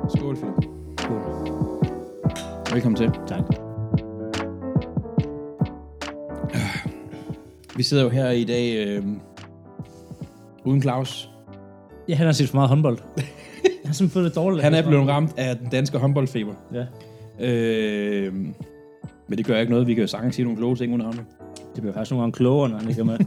Skål, Philip. Skål. Velkommen til. Tak. Vi sidder jo her i dag uden Claus. Ja, han har set for meget håndbold. Han har simpelthen fået det dårligt. Han er blevet ramt af den danske håndboldfeber. Ja. Men det gør ikke noget. Vi kan jo sagtens sige nogle kloge ting under ham. Det bliver faktisk nogle gange klogere, når han ikke er med.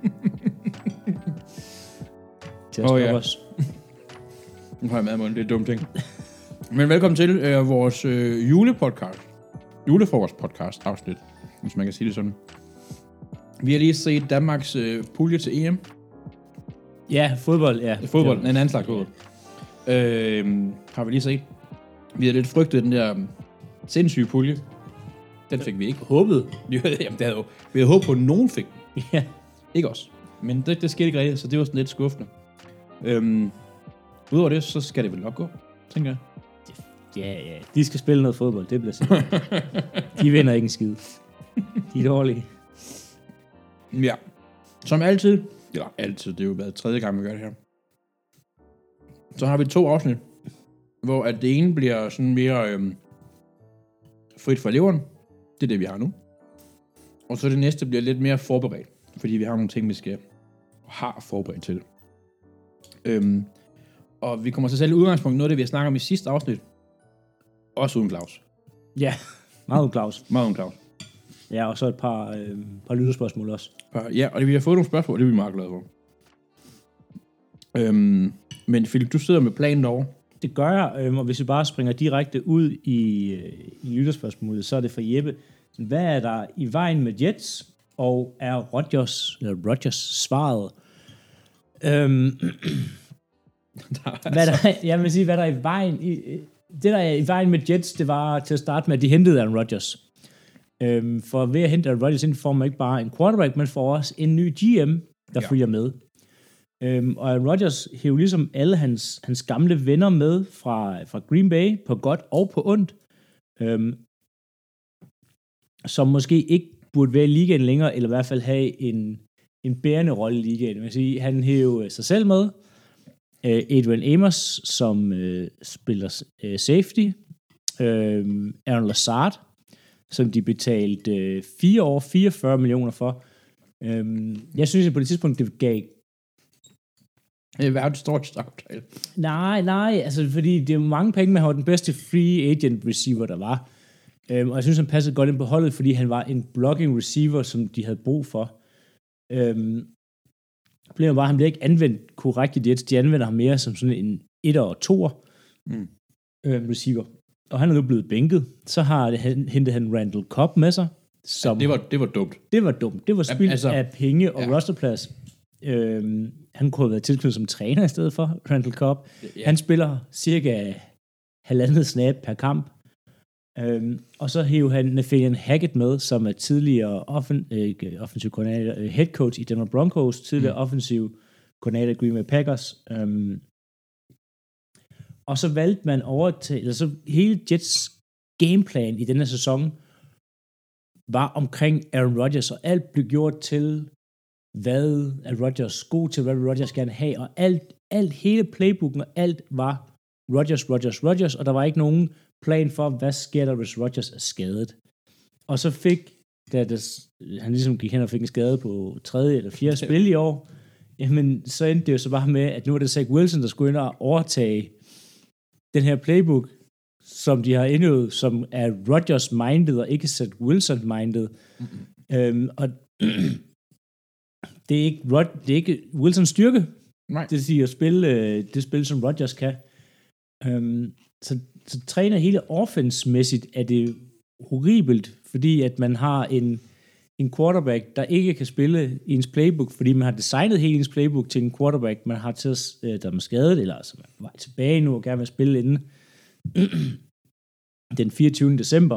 Til at stoppe os. Nu har jeg mad i munden. Det er dumme ting. Men velkommen til vores julepodcast. Julefrokost-podcast afsnit, hvis man kan sige det sådan. Vi har lige set Danmarks pulje til EM. Ja, fodbold, ja. Fodbold, en anden slags fodbold. Har vi lige set. Vi har lidt frygtet den der sindssyge pulje. Den fik vi ikke. Håbet. Jamen, det havde vi havde håbet på, at nogen fik den. Ja. Ikke os. Men det skete ikke rigtigt, så det var sådan lidt skuffende. Udover det, så skal det vel nok gå, tænker jeg. Ja. De skal spille noget fodbold, det bliver sikkert. De vinder ikke en skid. De er dårlige. Ja. Som altid. Ja, altid. Det er jo været tredje gang, vi gør det her. Så har vi 2 afsnit, hvor at det ene bliver sådan mere frit for leveren. Det er det, vi har nu. Og så det næste bliver lidt mere forberedt, fordi vi har nogle ting, vi skal har forberedt til. Og vi kommer til selv udgangspunkt noget af det, vi har snakket om i sidste afsnit. Også uden Claus. Ja, meget uden Claus. Meget uden Claus. Ja, og så et par lytterspørgsmål også. Ja, og vi har fået nogle spørgsmål, det er vi meget glade for. Men Philip, du sidder med planen derovre. Det gør jeg, og hvis vi bare springer direkte ud i lytterspørgsmålet, så er det for Jeppe. Hvad er der i vejen med Jets, og er Rodgers svaret? Hvad der er i vejen? Det, der er i vejen med Jets, det var til at starte med, at de hentede Aaron Rodgers. For ved at hente Aaron Rodgers ind, får man ikke bare en quarterback, men får også en ny GM, der følger med. Og Aaron Rodgers hæver ligesom alle hans gamle venner med fra Green Bay, på godt og på ondt, som måske ikke burde være i ligaen længere, eller i hvert fald have en bærende rolle i ligaen. Man kan sige, han hæver sig selv med. Adrian Amos, som spiller safety. Aaron Lazard, som de betalte 4 år, 44 millioner for. Jeg synes, at på det tidspunkt, det gav... Verdens største aftale. Nej, altså fordi det er mange penge, man har den bedste free agent receiver, der var. Og jeg synes, han passede godt ind på holdet, fordi han var en blocking receiver, som de havde brug for. Problemet var, at han blev ikke anvendt korrekt i Jets. De anvender ham mere som sådan en 1'er og 2'er receiver. Og han er nu blevet bænket. Så har hentet han Randall Cobb med sig. Som, ja, det var dumt. Det var dumt. Det var spild af penge og rosterplads. Han kunne have været tilknyttet som træner i stedet for Randall Cobb. Ja. Han spiller cirka 1,5 snap per kamp. Og så hæver han Nathaniel Hackett med, som er tidligere offensiv koordinator, head coach i Denver Broncos, tidligere offensiv koordinator i Green Bay Packers. Og så valgte man så hele Jets gameplan i denne sæson var omkring Aaron Rodgers, og alt blev gjort til, hvad er Rodgers god til, hvad Rodgers gerne have, og alt hele playbooken, og alt var Rodgers, og der var ikke nogen plan for, hvad sker der, hvis Rodgers er skadet. Og så han ligesom gik hen og fik en skade på 3. eller 4. spil i år, jamen så endte det jo så bare med, at nu er det Zach Wilson, der skulle ind og overtage den her playbook, som de har indøvet, som er Rodgers-minded, og ikke Zach Wilson-minded. Og det er ikke Wilsons styrke. Nej. Det siger at spille det spil, som Rodgers kan. Så træner hele offense-mæssigt er det horribelt, fordi at man har en quarterback, der ikke kan spille i ens playbook, fordi man har designet hele ens playbook til en quarterback, man har til, der er skadet, eller altså man er tilbage nu og gerne vil spille inden den 24. december.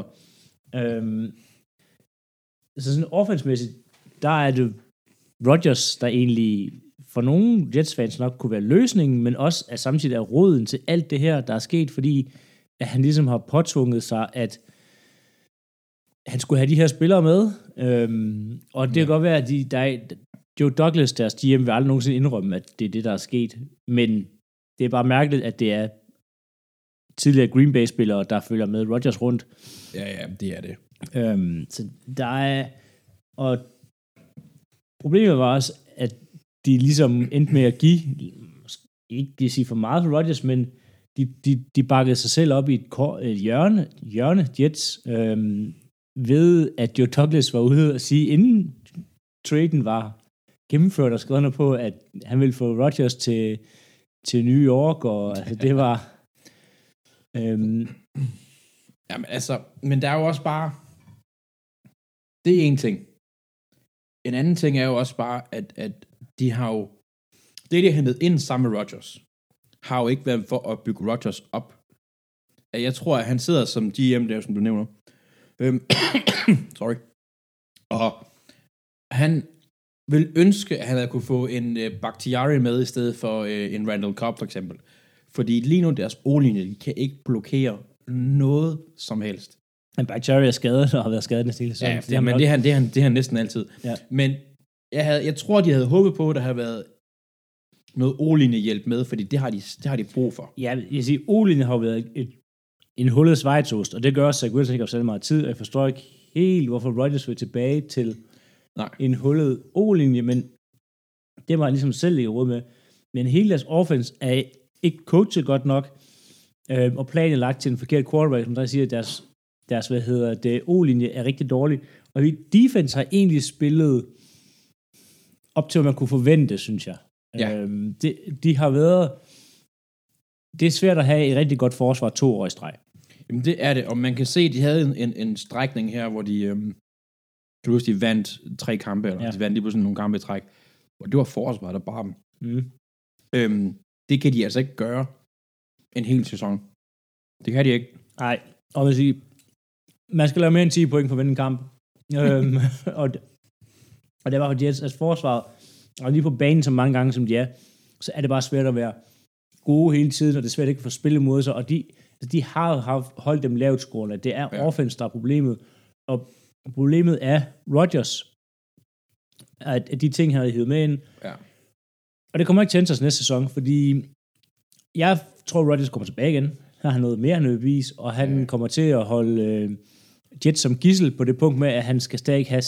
Så sådan offense-mæssigt, der er det Rodgers, der egentlig for nogle Jets-fans nok kunne være løsningen, men også er samtidig er roden til alt det her, der er sket, fordi at han ligesom har påtvunget sig, at han skulle have de her spillere med, og det kan godt være, at Joe Douglas, deres GM, vil aldrig nogensinde indrømme, at det er det, der er sket, men det er bare mærkeligt, at det er tidligere Green Bay-spillere, der følger med Rodgers rundt. Ja, det er det. Så der er... Og problemet var også, at de ligesom endte med at give, ikke sige for meget for Rodgers, men de bakkede sig selv op i et hjørne Jets, ved at Joe Douglas var ude og sige, inden traden var gennemført og skrevet noget på, at han ville få Rodgers til New York, og altså, det var... Jamen altså, men der er jo også bare... Det er en ting. En anden ting er jo også bare, at de har jo... Det, de har hentet ind sammen med Rodgers, har jo ikke været for at bygge Rodgers op. Jeg tror, at han sidder som GM der, som du nævner. Sorry. Og han vil ønske, at han havde kunne få en Bakhtiari med, i stedet for en Randall Cobb, for eksempel. Fordi lige nu, deres O-linje, de kan ikke blokere noget som helst. Men Bakhtiari er skadet, og har været skadet næste hele sæson. Ja, men det er han næsten altid. Ja. Men jeg tror, de havde håbet på, at der havde været noget O-linje hjælp med, fordi det har de brug for. Ja, jeg siger, O-linje har været en hullet svejtost, og det gør også, at Wilson ikke har særlig meget tid, og jeg forstår ikke helt, hvorfor Rodgers vil tilbage til en hullet O-linje, men det var han ligesom selv ikke råd med. Men hele deres offense er ikke coachet godt nok, og planen er lagt til en forkert quarterback, som der siger, at deres O-linje er rigtig dårlig, og defense har egentlig spillet op til, hvad man kunne forvente, synes jeg. Ja. De har været... Det er svært at have et rigtig godt forsvar 2 år i streg. Jamen det er det, og man kan se, at de havde en strækning her, hvor de vandt 3 kampe, eller de vandt lige på sådan nogle kampe i træk, og det var forsvaret, der bar dem. Det kan de altså ikke gøre en hel sæson. Det kan de ikke. Nej, og jeg vil sige, man skal lave mere end 10 point for at vinde en kamp. Og det var jo Jets forsvaret, og lige på banen så mange gange, som de er, så er det bare svært at være gode hele tiden, og det er svært ikke at få spillet mod sig, og de har holdt dem lavt scorende. Det er offense, der er problemet, og problemet er Rodgers, at de ting, han har hivet med ind. Ja. Og det kommer ikke til at ændre sig næste sæson, fordi jeg tror, Rodgers kommer tilbage igen. Han har noget mere, han vil bevise, og han kommer til at holde Jets som gidsel på det punkt med, at han skal stadig have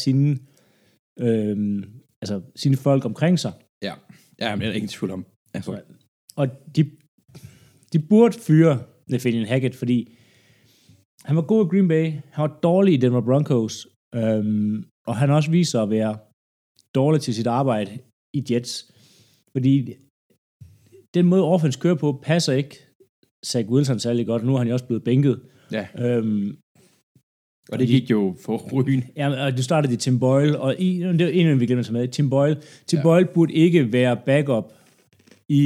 sine folk omkring sig. Ja, men det er ikke tvivl om. Altså. Og de burde fyre Nathaniel Hackett, fordi han var god i Green Bay, han var dårlig i Denver Broncos, og han også viser at være dårlig til sit arbejde i Jets, fordi den måde offense kører på, passer ikke Zach Wilson særlig godt. Nu er han jo også blevet bænket. Ja. Og det gik jo for ryggen. Ja, og du startede i Tim Boyle, og det er en af vi glemmer sig med. Tim Boyle burde ikke være backup i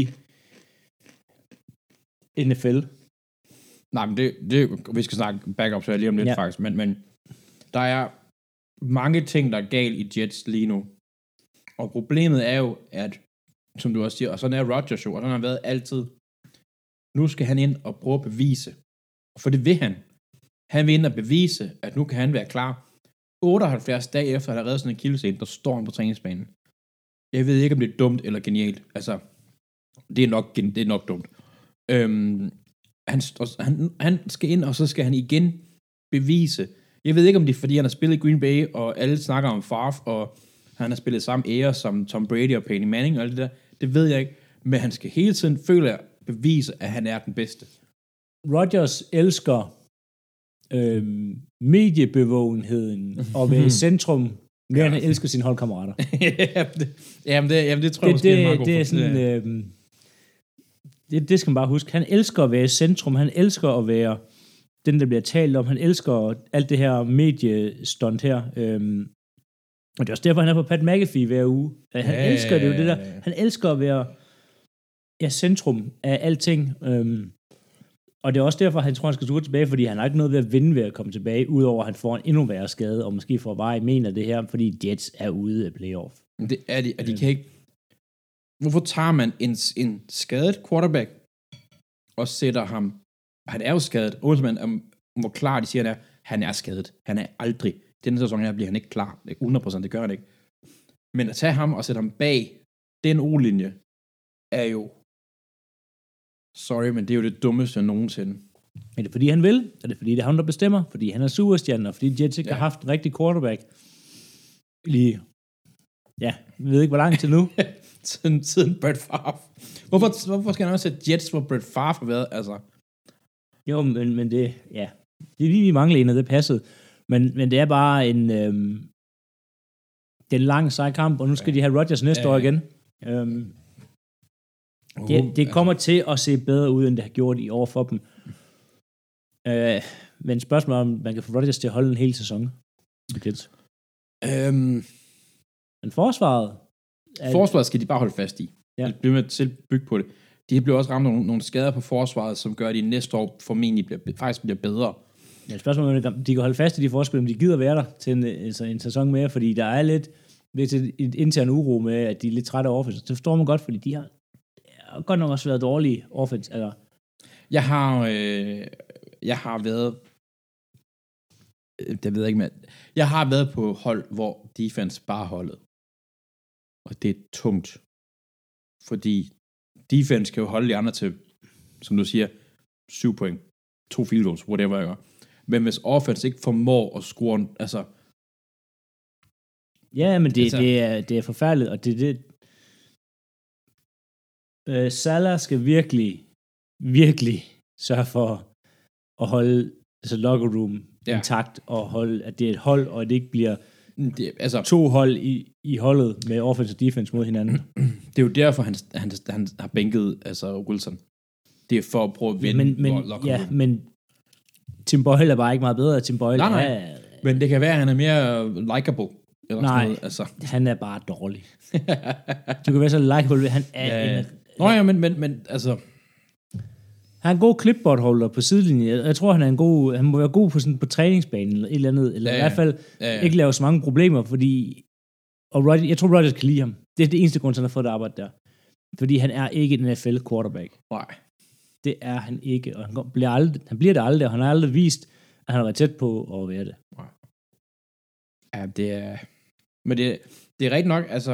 NFL. Nej, men det vi skal snakke backup, så lige om lidt faktisk, men der er mange ting, der er galt i Jets lige nu. Og problemet er jo, at, som du også siger, og sådan er Rodgers jo, og sådan har været altid. Nu skal han ind og prøve at bevise, for det vil han. Han vil ind og bevise, at nu kan han være klar. 78 dage efter, at han har reddet sådan en kildescene, der står han på træningsbanen. Jeg ved ikke, om det er dumt eller genialt. Altså, det er nok dumt. Han skal ind, og så skal han igen bevise. Jeg ved ikke, om det er, fordi han har spillet i Green Bay, og alle snakker om Favre, og han har spillet samme ære som Tom Brady og Peyton Manning og alt det der. Det ved jeg ikke. Men han skal hele tiden bevise, at han er den bedste. Rodgers elsker mediebevågenheden og være i centrum, mere end han elsker sine holdkammerater. det tror jeg måske er meget god. Det er sådan... Det skal man bare huske. Han elsker at være i centrum. Han elsker at være den, der bliver talt om. Han elsker alt det her mediestunt her. Og det er også derfor, han er på Pat McAfee hver uge. Han elsker det jo, det der. Han elsker at være centrum af alting. Og det er også derfor, han tror, han skal suge tilbage, fordi han har ikke noget ved at vinde ved at komme tilbage, udover at han får en endnu værre skade, og måske får bare mener det her, fordi Jets er ude af playoff. Det er de, og de kan ikke... Hvorfor tager man en skadet quarterback og sætter ham... Han er jo skadet, uanset hvor klar de siger, han er skadet. Han er aldrig... Denne sæson her bliver han ikke klar. 100%, det gør han ikke. Men at tage ham og sætte ham bag den O-linje, er jo... Sorry, men det er jo det dummeste nogensinde. Er det fordi han vil? Er det fordi det er ham, der bestemmer? Fordi han er superstjerne, og fordi Jets ikke har haft en rigtig quarterback? Lige, ja, jeg ved ikke, hvor lang tid nu. siden Brett Favre. Hvorfor skal han også sætte Jets, hvor Brett Favre har været? Altså. Jo, men det, ja, det er lige, vi mangler en, og det passede. Men det er bare det er en lang sej kamp, og nu skal de have Rodgers næste år igen. Det kommer til at se bedre ud, end det har gjort i år for dem. Men spørgsmålet om man kan få Rodgers til at holde en hel sæson. Men forsvaret skal de bare holde fast i. Ja. De bliver med til at bygge på det. De bliver også ramt af nogle skader på forsvaret, som gør, at de næste år formentlig bliver bedre. Ja, spørgsmålet om de kan holde fast i de forspil, om de gider være der til en sæson mere, fordi der er lidt et intern uro med, at de er lidt trætte af offense. Det forstår man godt, fordi de har godt nok også været dårlige offense. Eller. Jeg har været det ved jeg ikke, men jeg har været på hold, hvor defense bare holdet. Og det er tungt. Fordi defense kan jo holde de andre til, som du siger, 7 point, 2 field goals, whatever jeg gør. Men hvis offense ikke formår at score, altså. Ja, men det er forfærdeligt, og det. Salah skal virkelig sørge for at holde locker room intakt, og holde, at det er et hold, og at det ikke bliver to hold i holdet med offense og defense mod hinanden. Det er jo derfor, han har bænket Wilson. Det er for at prøve at vinde locker room. Men Tim Boyle er bare ikke meget bedre. Tim Boyle nej. Men det kan være, at han er mere likable. Eller nej, sådan noget, han er bare dårlig. Du kan være så likable, han er men altså. Han er en god clipboard-holder på sidelinjen. Jeg tror, han må være god på træningsbanen eller et eller andet, eller i hvert fald ikke lave så mange problemer, fordi jeg tror, Rodgers kan lide ham. Det er det eneste grund, til han har fået det arbejde der. Fordi han er ikke en NFL-quarterback. Nej. Det er han ikke, og han bliver det aldrig, og han har aldrig vist, at han har været tæt på at være det. Nej. Ja, det er. Men det er rigtigt nok, altså.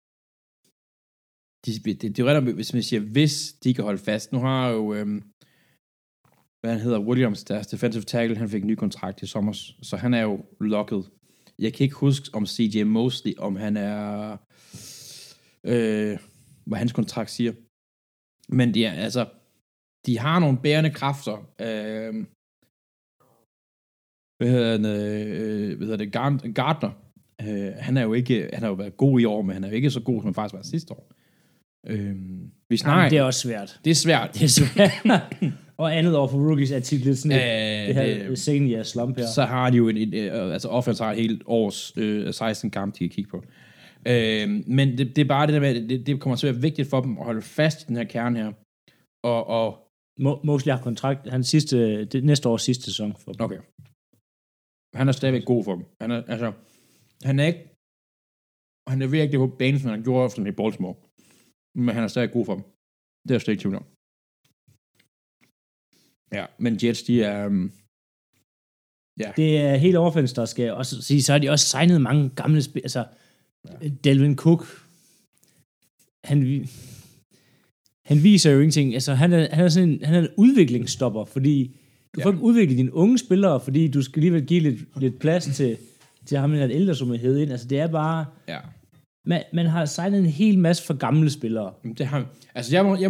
Det er rigtigt nok, hvis man siger, hvis de kan holde fast. Nu har jo, hvad han hedder, Williams, deres defensive tackle, han fik en ny kontrakt i sommer, så han er jo locket. Jeg kan ikke huske om CJ Mosley, om han er, hvad hans kontrakt siger. Men det er, altså, de har nogle bærende kræfter. Hvad hedder det? Gardner. Han har jo været god i år, men han er jo ikke så god, som han faktisk var sidste år. Det er også svært. Det er svært. Og andet år for rookies er tit lidt sådan det her senior slump her. Så har de jo offense har et helt års 16 kamp, de kan kigge på. Men det er bare det der med, det kommer til at være vigtigt for dem at holde fast i den her kerne her. Og Mosley har kontrakt, næste års sidste sæson for dem. Okay. Han er stadigvæk god for dem. Han er virkelig på banen, som han gjorde ofte i Baltimore. Men han er stadig god for dem. Det er jeg slet ikke tvivl om. Ja, men Jets, de er. Det er helt offense, der skal også sige, så har de også signet mange gamle spil. Altså, Delvin Cook, han viser jo ingenting. Altså, han er en udviklingsstopper, fordi du får ikke udvikle dine unge spillere, fordi du skal alligevel give lidt plads til ham, der ældre, som er hed ind. Altså, det er bare. Ja. Man har signet en hel masse for gamle spillere. Det har. Altså,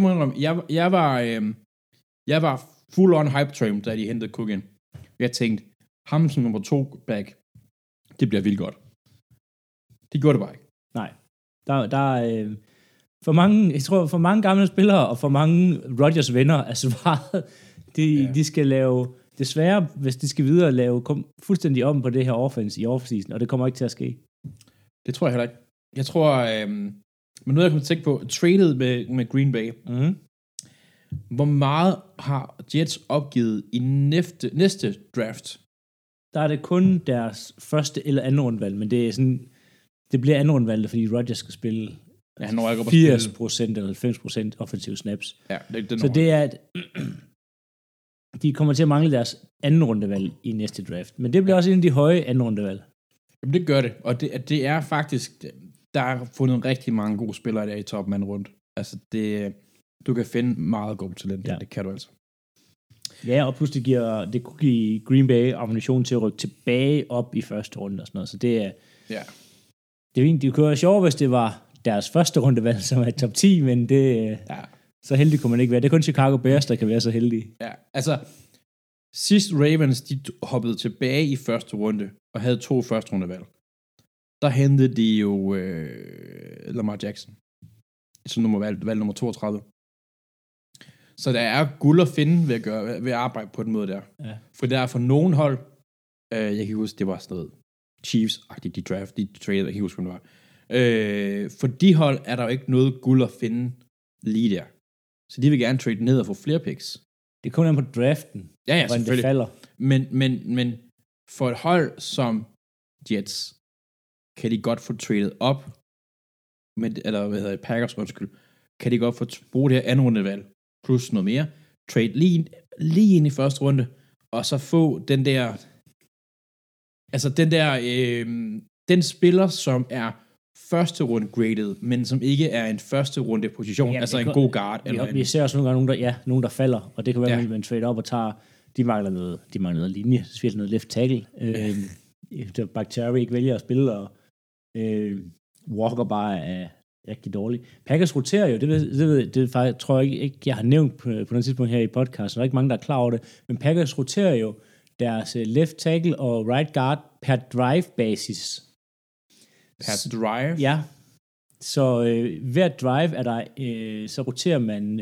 jeg var full on hype train, da de hentede Cook ind. Jeg tænkte, ham som nummer 2 back, det bliver vildt godt. Det gjorde det bare ikke. Nej. Der er for mange, jeg tror, for mange gamle spillere, og for mange Rodgers venner er svaret, de skal lave, desværre, hvis de skal videre lave, fuldstændig om på det her offense i offseason, og det kommer ikke til at ske. Det tror jeg heller ikke. Jeg tror, men noget jeg kunne tænke på, traded med Green Bay. Mm. Hvor meget har Jets opgivet i næste draft? Der er det kun deres første eller anden rundvalg, men det er sådan, det bliver anden rundvalg, fordi Rodgers skal spille 80% eller 90% offensive snaps. Ja, så det er, at de kommer til at mangle deres anden rundevalg i næste draft. Men det bliver også en af de høje anden rundevalg. Jamen, det gør det. Og det er faktisk, der er fundet rigtig mange gode spillere der i toppen anden rundt. Altså, du kan finde meget god talent. Ja. Det kan du altså. Ja, og pludselig det kunne give Green Bay ammunition til at rykke tilbage op i første runde og sådan noget. Så det er... Ja. Det er fint. Det kunne være sjovt, hvis det var deres første rundevalg, som er top 10, men det... Ja. Så heldig kunne man ikke være. Det er kun Chicago Bears, der kan være så heldige. Ja, altså... Sidst Ravens, de hoppede tilbage i første runde, og havde 2 første rundevalg. Der hentede de jo Lamar Jackson. Som valg nummer 32. Så der er guld at finde ved at arbejde på den måde der. Ja. For der er for nogen hold, jeg kan huske, det var sådan noget Chiefs-agtigt, de trade, jeg kan huske, hvad det var. For de hold er der jo ikke noget guld at finde lige der. Så de vil gerne trade ned og få flere picks. Det kommer an på draften, ja, hvordan det falder. Men for et hold som Jets, kan de godt få traded op, Packers, kan de godt få bruge det her anden rundevalg, plus noget mere, trade lige ind i første runde, og så få den spiller, som er første runde graded, men som ikke er en første runde position, altså en god guard. Vi ser også nogle gange nogen, der falder, og det kan være, at man trade op og tager, de mangler noget linje, så noget left tackle, efter Bakhtiari ikke vælger at spille, og Walker bare er rigtig dårlig. Packers roterer jo, det faktisk, tror jeg ikke, jeg har nævnt på noget tidspunkt her i podcasten, der er ikke mange, der er klar over det, men Packers roterer jo deres left tackle og right guard per drive basis. Per drive? Ja. Så hver drive er der, så roterer man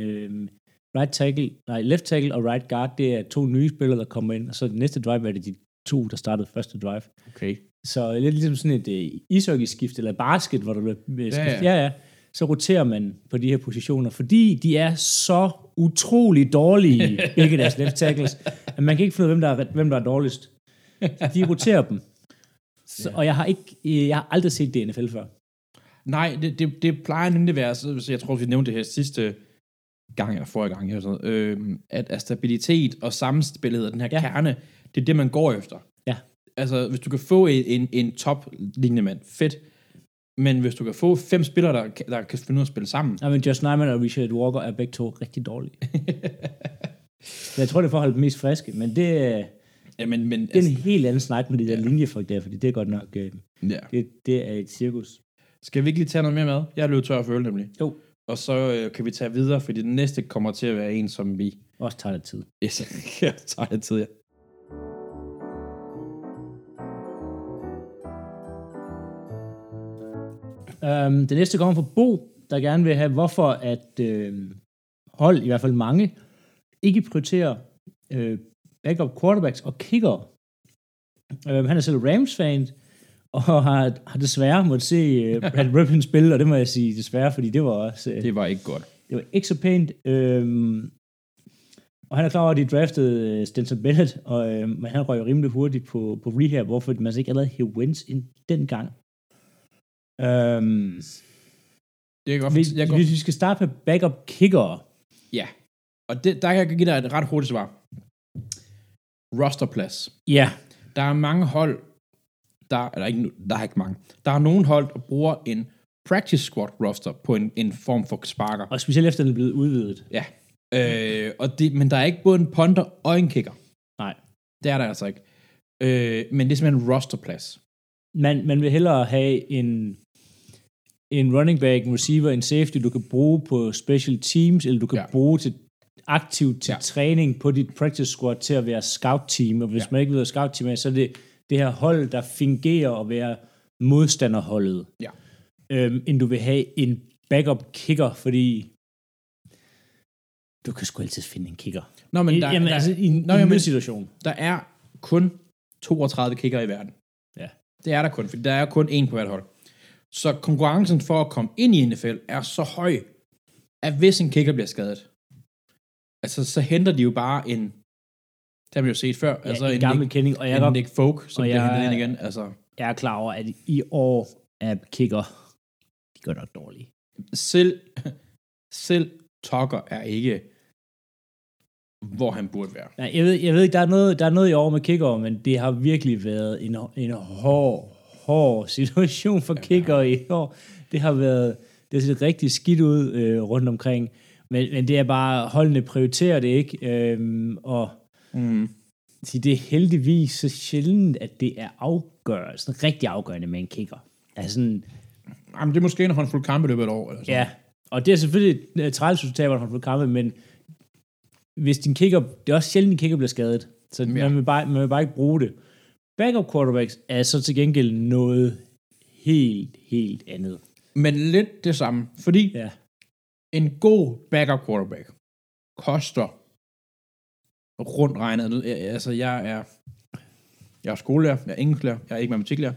left tackle og right guard, det er 2 nye spillere, der kommer ind, og så det næste drive er det de 2, der startede første drive. Okay. Så lidt ligesom sådan et ishockeyskift, eller basket, hvor der bliver skift. Ja. Så roterer man på de her positioner, fordi de er så utrolig dårlige, ikke deres left tackles, at man kan ikke finde ud af, hvem der er dårligst. De roterer dem. Så, og jeg har aldrig set det i NFL før. Nej, det plejer nemlig at være, så jeg tror, vi nævnte det her sidste gang, eller forrige gang, eller sådan, at stabilitet og sammenspillet af den her kerne, det er det, man går efter. Ja. Altså, hvis du kan få en top-linjemand, fedt, men hvis du kan få 5 spillere, der kan finde ud af at spille sammen. Ja, men Josh Nijman og Richard Walker er begge to rigtig dårlige. Jeg tror, det er for at holde dem mest friske, men det er en helt anden snak med de der linjefolk der, fordi det er godt nok, det er et cirkus. Skal vi ikke lige tage noget mere med? Jeg er løbet tør at føle nemlig. Jo. Og så kan vi tage videre, fordi den næste kommer til at være en, som vi... Også tager lidt tid. Yes, jeg tager lidt tid, ja. Det næste kommer fra Bo, der gerne vil have, hvorfor at hold, i hvert fald mange, ikke prioriterer backup quarterbacks og kicker. Han er selv Rams-fan, og har desværre måtte se Brad Rippon spille, og det må jeg sige desværre, fordi det var også... det var ikke godt. Det var ikke så pænt. Og han er klar over, at de draftede Stetson Bennett, men han røg jo rimelig hurtigt på rehab, hvorfor man så ikke allerede hævde Wentz ind dengang. Hvis vi skal starte med backup kicker. Ja, og der kan jeg give dig et ret hurtigt svar. Rosterplads. Ja. Der er mange hold, der er ikke mange. Der er nogle hold, der bruger en practice squad roster på en form for sparker. Og specielt efter den er blevet udvidet. Ja. Men der er ikke både en punter og en kicker. Nej. Det er der altså ikke. Men det er simpelthen en rosterplads. Man vil hellere have en running back, en receiver, en safety, du kan bruge på special teams, eller du kan bruge aktivt til træning på dit practice squad til at være scout team. Og hvis man ikke ved at scout team, så er det her hold, der fungerer at være modstanderholdet. Ja. End du vil have en backup kicker, fordi du kan sgu altid finde en kicker. Nå, men i en situation. Der er kun 32 kicker i verden. Ja. Det er der kun, for der er kun én på hvert hold. Så konkurrencen for at komme ind i NFL er så høj, at hvis en kicker bliver skadet, altså så henter de jo bare en, det har vi jo set før, altså en gammel kending, og en Nick Folk, som bliver hentet ind igen. Altså. Jeg er klar over, at i år er kicker, de gør nok dårlige. Selv Tucker er ikke, hvor han burde være. Nej, jeg ved ikke, der er noget i år med kicker, men det har virkelig været en hård situation for kicker i år. Det har set rigtig skidt ud rundt omkring, men det er bare, holdene prioriterer det ikke, og Så det er heldigvis så sjældent, at det er afgørende, sådan rigtig afgørende med en kicker. Altså sådan, Jamen, det er måske en håndfuld kampe i løbet af et år. Eller sådan. ja, og det er selvfølgelig et træls resultat, hvor han får kampe, men hvis din kicker, det er også sjældent, din kicker bliver skadet, så man vil bare ikke bruge det. Backup quarterbacks er så til gengæld noget helt andet. Men lidt det samme, fordi en god backup quarterback koster rundt regnet, altså jeg er skolelærer, jeg er engelsklærer, jeg er ikke matematiklærer.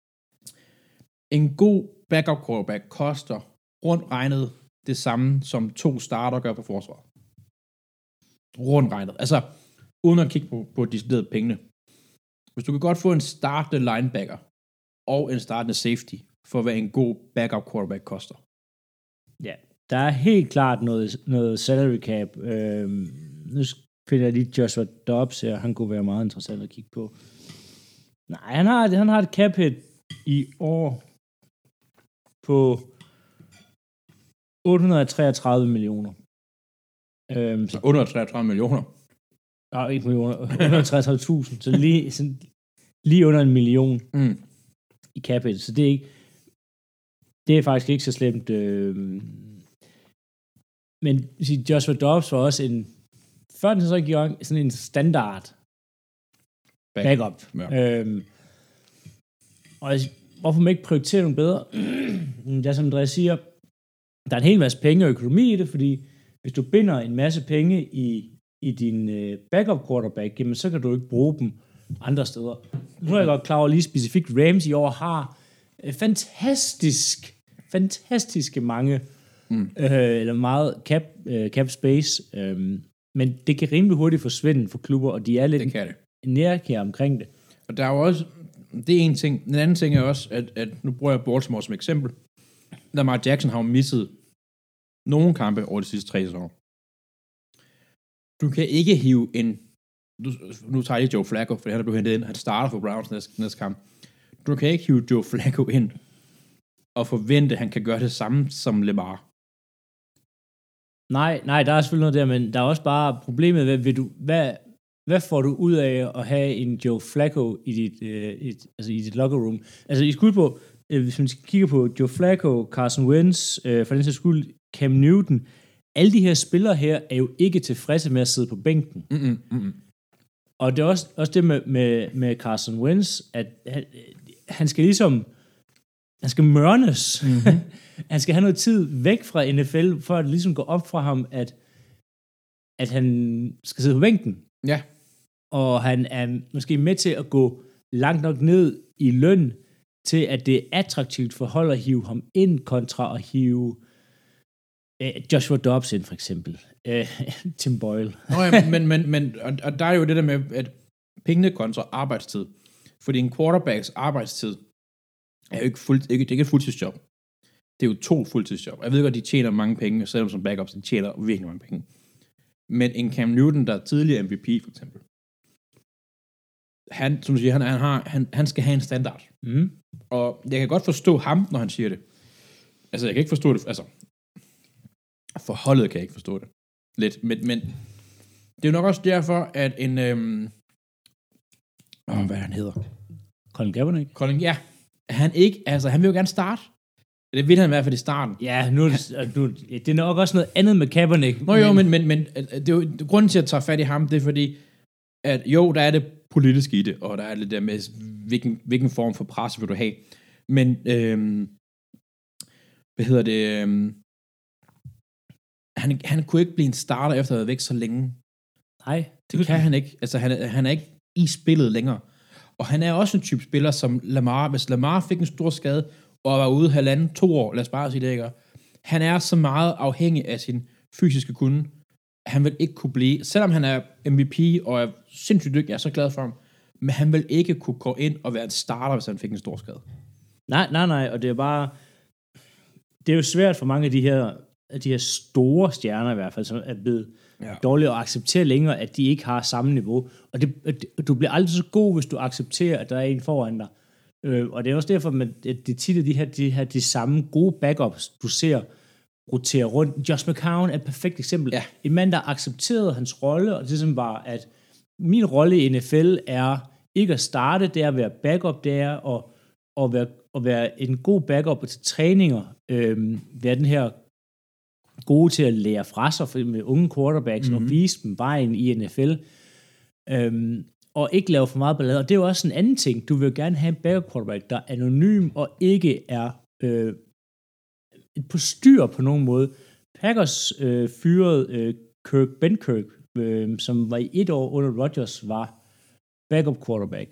En god backup quarterback koster rundt regnet det samme, som 2 starter gør på forsvaret. Rundt regnet. Altså, uden at kigge på deciderede pengene. Hvis du kan godt få en startende linebacker og en startende safety, for hvad en god backup quarterback koster. Ja, der er helt klart noget salary cap. Nu finder jeg lige Joshua Dobbs her. Han kunne være meget interessant at kigge på. Nej, han har et cap hit i år på 833 millioner. Så 833 millioner? Ja, ikke millioner. 833.000. Så lige under 1 million i cap hit. Så det er faktisk ikke så slemt. Men Joshua Dobbs var også før den så gik sådan en standard backup. Ja. Og hvorfor man ikke prioritere nogle bedre? Det er som Andreas siger, der er en hel masse penge og økonomi i det, fordi hvis du binder en masse penge i din backup quarterback, jamen så kan du ikke bruge dem andre steder. Nu er jeg godt klar over, lige specifikt Rams i år har fantastiske mange eller meget cap space, men det kan rimelig hurtigt forsvinde for klubber, og de er lidt nærkære omkring det. Og der er jo også, det er en ting. Den anden ting er også, at nu bruger jeg Baltimore som eksempel. Lamar Jackson har jo misset nogle kampe over de sidste 3 sæsoner. Du kan ikke hive nu tager jeg lige Joe Flacco, for han er blevet hentet ind. Han starter for Browns næste kamp. Du kan ikke hive Joe Flacco ind og forvente, at han kan gøre det samme som Lamar. Nej, der er selvfølgelig noget der, men der er også bare problemet ved, hvad får du ud af at have en Joe Flacco i dit locker room? Altså, I skulle på, hvis man kigger på Joe Flacco, Carson Wentz, for den sags skyld, Cam Newton, alle de her spillere her er jo ikke tilfredse med at sidde på bænken. Og det er også det med Carson Wentz, at han skal ligesom, han skal mørnes. Han skal have noget tid væk fra NFL, for at det ligesom går op fra ham, at han skal sidde på bænken. Ja. Og han er måske med til at gå langt nok ned i løn, til at det er attraktivt for hold at hive ham ind, kontra at hive Joshua Dobbs ind, for eksempel. Tim Boyle. Nå ja, men og der er jo det der med, at pengene kontra arbejdstid. Fordi en quarterbacks arbejdstid er jo det er ikke et fuldtidsjob. Det er jo 2 fuldtidsjob. Jeg ved godt, de tjener mange penge, selvom som backups, de tjener virkelig mange penge. Men en Cam Newton, der er tidligere MVP, for eksempel, han, som du siger, han skal have en standard. Og jeg kan godt forstå ham, når han siger det. Altså, jeg kan ikke forstå det, altså, for holdet kan jeg ikke forstå det. Lidt, men det er jo nok også derfor, at en, hvad han hedder? Colin Kaepernick? Ja. Han vil jo gerne starte. Det vil han i hvert fald i starten. Ja, det er nok også noget andet med Kaepernick. Nå jo, men det er jo grunden til at tage fat i ham, det er fordi, at jo, der er det politiske i det, og der er det der med, hvilken form for pres vil du have. Men, han kunne ikke blive en starter, efter at have været væk så længe. Nej. Det kan han ikke. Altså, han er ikke i spillet længere. Og han er også en type spiller, som Lamar. Hvis Lamar fik en stor skade, og var ude 1,5-2 år, lad os bare sige det, ikke? Han er så meget afhængig af sin fysiske kunde, han vil ikke kunne blive, selvom han er MVP og er sindssygt dygtig, jeg er så glad for ham, men han vil ikke kunne gå ind og være en starter, hvis han fik en stor skade. Nej, og det er bare, det er jo svært for mange af de her store stjerner i hvert fald, som er blevet dårlige at acceptere længere, at de ikke har samme niveau. Og du bliver aldrig så god, hvis du accepterer, at der er en foran dig. Og det er også derfor, at det tit er de samme gode backups, du ser rotere rundt. Josh McCown er et perfekt eksempel. Ja. En mand, der accepterede hans rolle, og det som var, at min rolle i NFL er ikke at starte, det er at være backup, det er at være en god backup til træninger, være den her gode til at lære fra sig med unge quarterbacks og vise dem vejen i NFL, og ikke lave for meget ballade. Og det er jo også en anden ting. Du vil gerne have en backup quarterback, der er anonym og ikke er på styr på nogen måde. Packers fyrede Ben Kirk, som var i 1 år under Rodgers, var backup quarterback.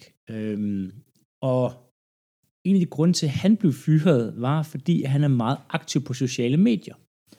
Og en af de grunde til, at han blev fyret, var, fordi han er meget aktiv på sociale medier.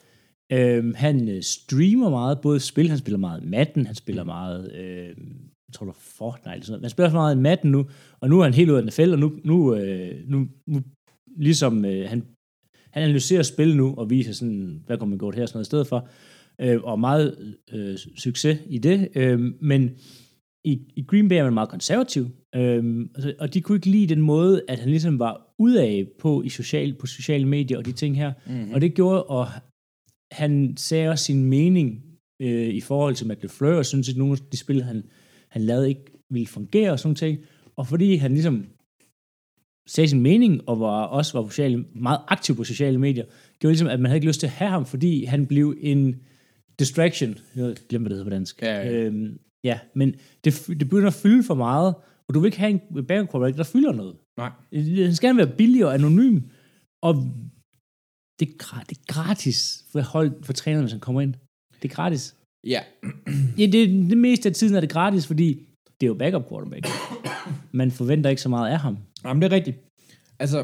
Han streamer meget, både spil, han spiller meget Madden, han spiller meget, jeg tror det var Fortnite eller sådan noget. Han spiller meget Madden nu, og nu er han helt ude af NFL, og nu ligesom han analyserer spil nu, og viser sådan, hvad kan man gå her sådan noget i stedet for, og meget succes i det, men i Green Bay er man meget konservativ, og de kunne ikke lide den måde, at han ligesom var udad på sociale medier og de ting her, og det gjorde, og han sagde også sin mening i forhold til Matt LaFleur, og synes, at nogle af de spil, han lavede, ikke ville fungere og sådan ting, og fordi han ligesom sagde sin mening, og var meget aktiv på sociale medier, gjorde ligesom, at man havde ikke lyst til at have ham, fordi han blev en distraction. Jeg glemmer, hvad det hedder på dansk. Ja. Men det begynder at fylde for meget, og du vil ikke have en backup quarterback, der fylder noget. Nej. Han skal være billig og anonym, og det er gratis for træneren, hvis han kommer ind. Det er gratis. Ja. Det meste af tiden er det gratis, fordi det er jo backup quarterback. Man forventer ikke så meget af ham. Jamen, det er rigtigt. Altså,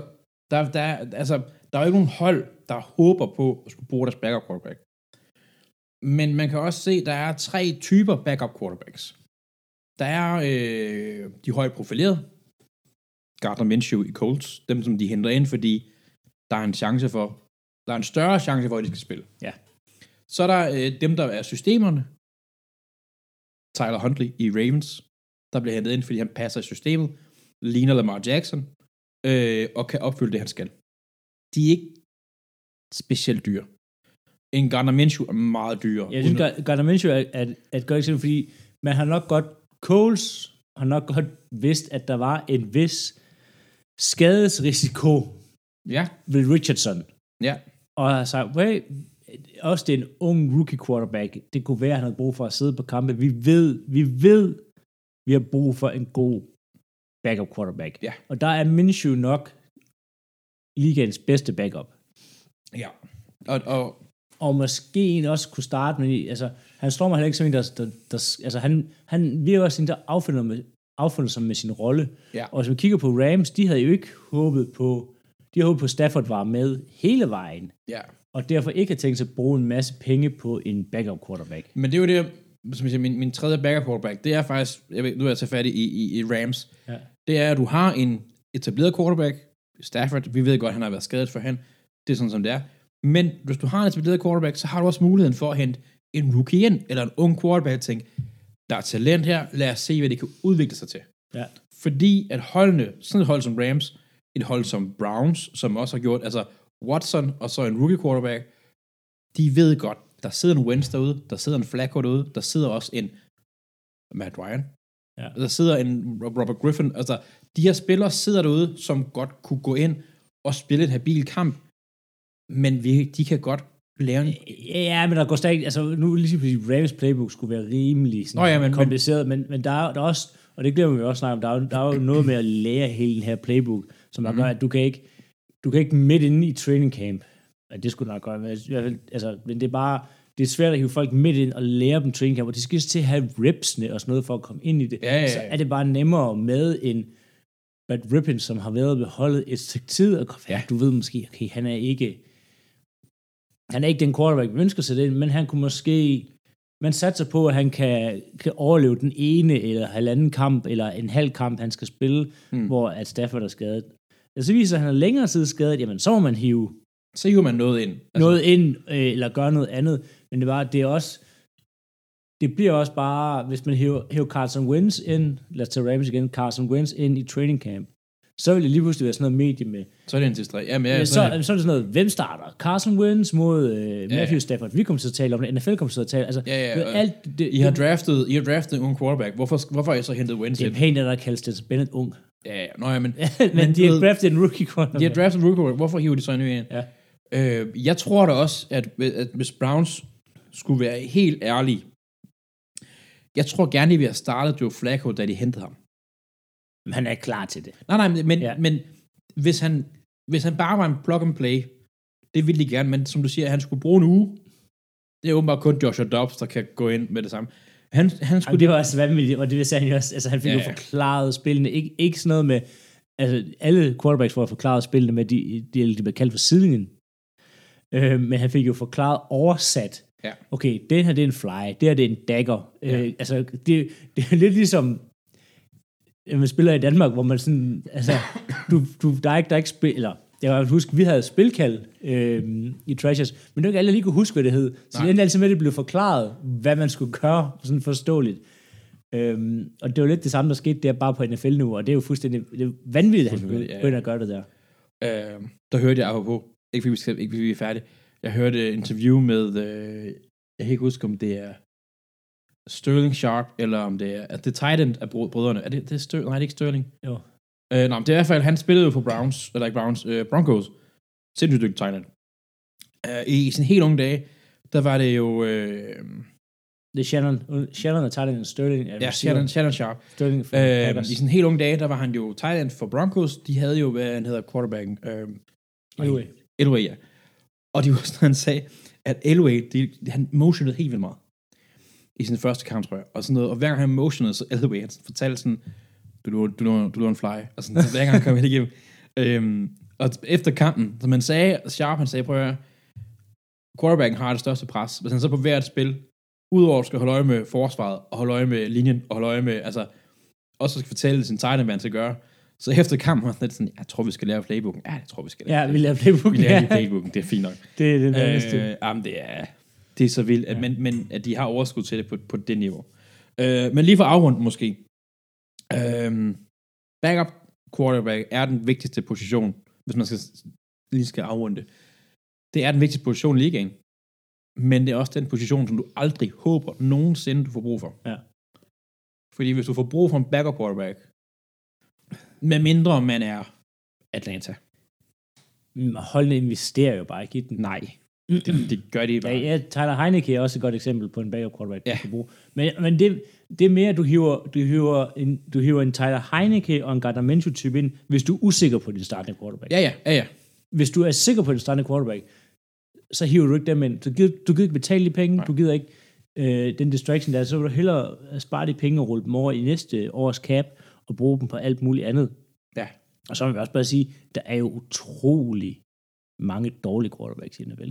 der er jo ikke nogen hold, der håber på at skulle bruge deres backup quarterback. Men man kan også se, at der er 3 typer backup quarterbacks. Der er de højt profilerede, Gardner Minshew i Colts, dem som de henter ind, fordi der er en større chance for, at de skal spille. Ja. Så er der dem, der er systemerne. Tyler Huntley i Ravens, der bliver hentet ind, fordi han passer i systemet, ligner Lamar Jackson, og kan opfylde det, han skal. De er ikke specielt dyre. En Gardner Minshew er meget dyrere. Jeg synes, Gardner Minshew er et godt eksempel, fordi man har nok godt, Coles har nok godt vidst, at der var en vis skadesrisiko ved Richardson. Ja. Og har sagt, også det er en ung rookie quarterback. Det kunne være, at han havde brug for at sidde på kampe. Vi ved, vi har brug for en god backup quarterback. Ja. Og der er Minshew nok ligaens bedste backup. Ja. Og måske også kunne starte med, altså, han står mig heller ikke som en, altså, han virker også en, der affinder sig med sin rolle. Ja. Og hvis vi kigger på Rams, de havde jo ikke håbet på, Stafford var med hele vejen. Ja. Og derfor ikke har tænkt sig at bruge en masse penge på en backup quarterback. Men det er jo det, som jeg siger, min tredje backup quarterback, det er faktisk, nu er jeg så færdig i Rams, det er, at du har en etableret quarterback, Stafford, vi ved godt, han har været skadet for han, det er sådan, som det er. Men hvis du har en etableret quarterback, så har du også muligheden for at hente en rookie ind, eller en ung quarterback, og tænke, der er talent her, lad os se, hvad det kan udvikle sig til. Ja. Fordi at holdene, sådan et hold som Rams, et hold som Browns, som også har gjort, altså Watson og så en rookie quarterback, de ved godt, der sidder en Wentz derude, der sidder en Flacco derude, der sidder også en Matt Ryan, der sidder en Robert Griffin, altså de her spillere sidder derude, som godt kunne gå ind og spille et habil kamp, men de kan godt lave en... Ja, men der går stadig... Altså, nu ligesom fordi Ravens playbook skulle være rimelig kompliceret, men der er også... Og det glemmer vi også snart om. Der er jo noget med at lære hele den her playbook, som der gør, at du kan ikke midt inde i training camp. Ja, det skulle nok gøre, men det er bare... Det er svært at hive folk midt ind og lære dem training camp, og de skal til at have ripsene og sådan noget for at komme ind i det. Ja. Så er det bare nemmere med en Brad Rippin, som har været ved holdet et stykke tid, og du ved måske, okay, han er ikke den quarterback, vi ønsker sig det, men han kunne måske, man satser på, at han kan overleve den ene eller halvanden kamp, eller en halv kamp, han skal spille, hvor at Stafford er skadet. Og så viser, at han er længere tid skadet, jamen så må man hive noget ind. Eller gøre noget andet. Men det bliver også bare, hvis man hiver Carson Wentz ind, lad os tage Rams igen, Carson Wentz ind i training camp, så vil det lige pludselig være sådan noget medie med. Så er det en til streg. Ja, men Ja, så er det sådan noget, hvem starter? Carson Wentz mod Matthew Stafford. Vi kommer til at tale om det. NFL kommer til at tale. Altså, alt det, I har draftet en ung quarterback. Hvorfor har I så hentet Wentz? Det er pænt, at der kaldes Stetson Bennett ung. Ja, men men de har draftet en rookie quarterback. De har draftet en rookie quarterback. Hvorfor hiver de så en ny en? Ja. Jeg tror da også, at hvis Browns skulle være helt ærlige, jeg tror gerne, de ville have startet Joe Flacco, da de hentede ham. Men han er klar til det. Nej, men hvis han bare var en plug and play, det ville de gerne, men som du siger, han skulle bruge en uge. Det er åbenbart kun Joshua Dobbs, der kan gå ind med det samme. Han skulle... Det var også vanvittigt, og det vil sige han jo også. Altså, han fik jo forklaret spillene. Ikke sådan noget med... Altså, alle quarterbacks får forklaret spillene med, de bliver kaldt for sidelinjen. Men han fik jo forklaret oversat. Ja. Okay, den her det er en fly, det her det er en dagger. Altså, det er lidt ligesom... Man spiller i Danmark, hvor man sådan... Altså, der er ikke spil... Eller, jeg kan huske, vi havde spilkald i Trashers, men det var ikke alle, der lige kunne huske, hvad det hed. Så det endte altid med, at det blev forklaret, hvad man skulle gøre, sådan forståeligt. Og det var lidt det samme, der skete der bare på NFL nu, og det er jo fuldstændig vanvittigt, at han begynder at gøre det der. Der hørte jeg apropos, ikke fordi vi er færdige, jeg hørte et interview med, jeg kan ikke huske, om det er Sterling Sharp, eller om det er The Tight End af brødrene. Er det Sterling? Nej, det er ikke Sterling. Jo. Det er i hvert fald, han spillede jo for Broncos. Sindssygt dygtig tight end. I sin helt unge dage, der var det jo... det er Shannon og tight end Sterling. Ja, Shannon Sharp. Sterling I sin helt unge dage, der var han jo tight end for Broncos. De havde jo, hvad han hedder, quarterbacken. Elway, ja. Og det var sådan, han sagde, at Elway, han motionede helt vildt meget i sin første kamp, tror jeg. Og sådan noget, og hver gang han motionede, så Elway, han fortalte sådan, du lå en fly. Og sådan, så hver gang han kom helt igennem. Og efter kampen, som han sagde, Sharp, han sagde, prøv at høre, quarterbacken har det største pres. Hvis han så på hvert spil, udover skal holde øje med forsvaret, og holde øje med linjen, og holde øje med, altså, også skal fortælle sin tight end, hvad han skal gøre. Så efter kampen var han lidt sådan, jeg tror, vi skal lære playbooken. Ja, jeg tror, vi skal lære. Ja, vi lærer playbooken. Vi lærer playbooken, det er fint nok. Det er det nærmeste. Jamen, det er så vildt, at, men at de har overskud til det på det niveau. Men lige for afrundt måske. Backup quarterback er den vigtigste position, hvis man skal afrunde. Det er den vigtigste position i ligaen. Men det er også den position, som du aldrig håber nogensinde, du får brug for. Ja. Fordi hvis du får brug for en backup quarterback, med mindre man er Atlanta. Holdene investerer jo bare ikke i den. Nej, det gør de bare. Ja, Tyler Heineke er også et godt eksempel på en backup quarterback, du kan bruge. Men det er mere, at du hiver en Tyler Heineke og en Gardner Minshew-type ind, hvis du er usikker på din startende quarterback. Ja. Hvis du er sikker på din startende quarterback, så hiver du ikke dem ind. Du gider ikke betale de penge, du gider ikke den distraction der, så vil du hellere spare de penge og rulle dem over i næste års cap og bruge dem på alt muligt andet. Ja. Og så vil jeg også bare sige, der er jo utrolig mange dårlige quarterbacks i NFL.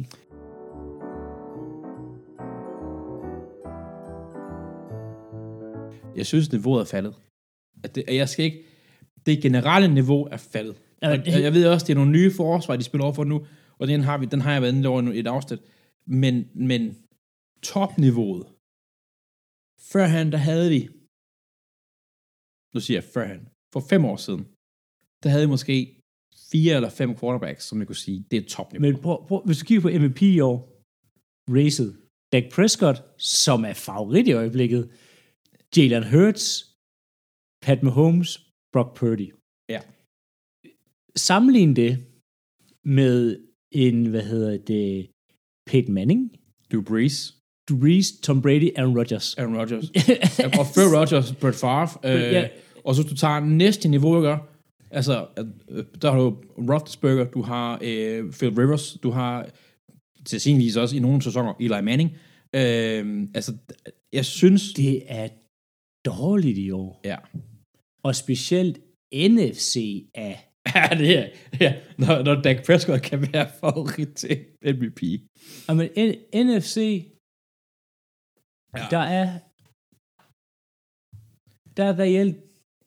Jeg synes, niveauet er faldet. Det generelle niveau er faldet. Jeg ved også, det er nogle nye forsvar, de spiller over for nu, og den har jeg været inde over i et afsnit. Men topniveauet, førhen, der havde vi, nu siger jeg førhen, for 5 år siden, der havde vi måske 4 eller 5 quarterbacks, som jeg kunne sige, det er topniveau. Men hvis du kigger på MVP i år, racet, Dak Prescott, som er favorit i øjeblikket, Jalen Hurts, Pat Mahomes, Brock Purdy. Ja. Sammenlign det med en, Peyton Manning, Drew Brees, Tom Brady, Aaron Rodgers. Og før Rodgers, Brett Favre. Og så du tager næste niveau, ikke? Altså, der har du Roethlisberger, du har Phil Rivers, du har til sin vis også i nogle sæsoner Eli Manning. Altså, jeg synes... Det er dårligt i år. Ja. Og specielt NFC er... Ja, det er... Ja, når Dak Prescott kan være favorit til MVP. Men NFC... Ja. Der er reelt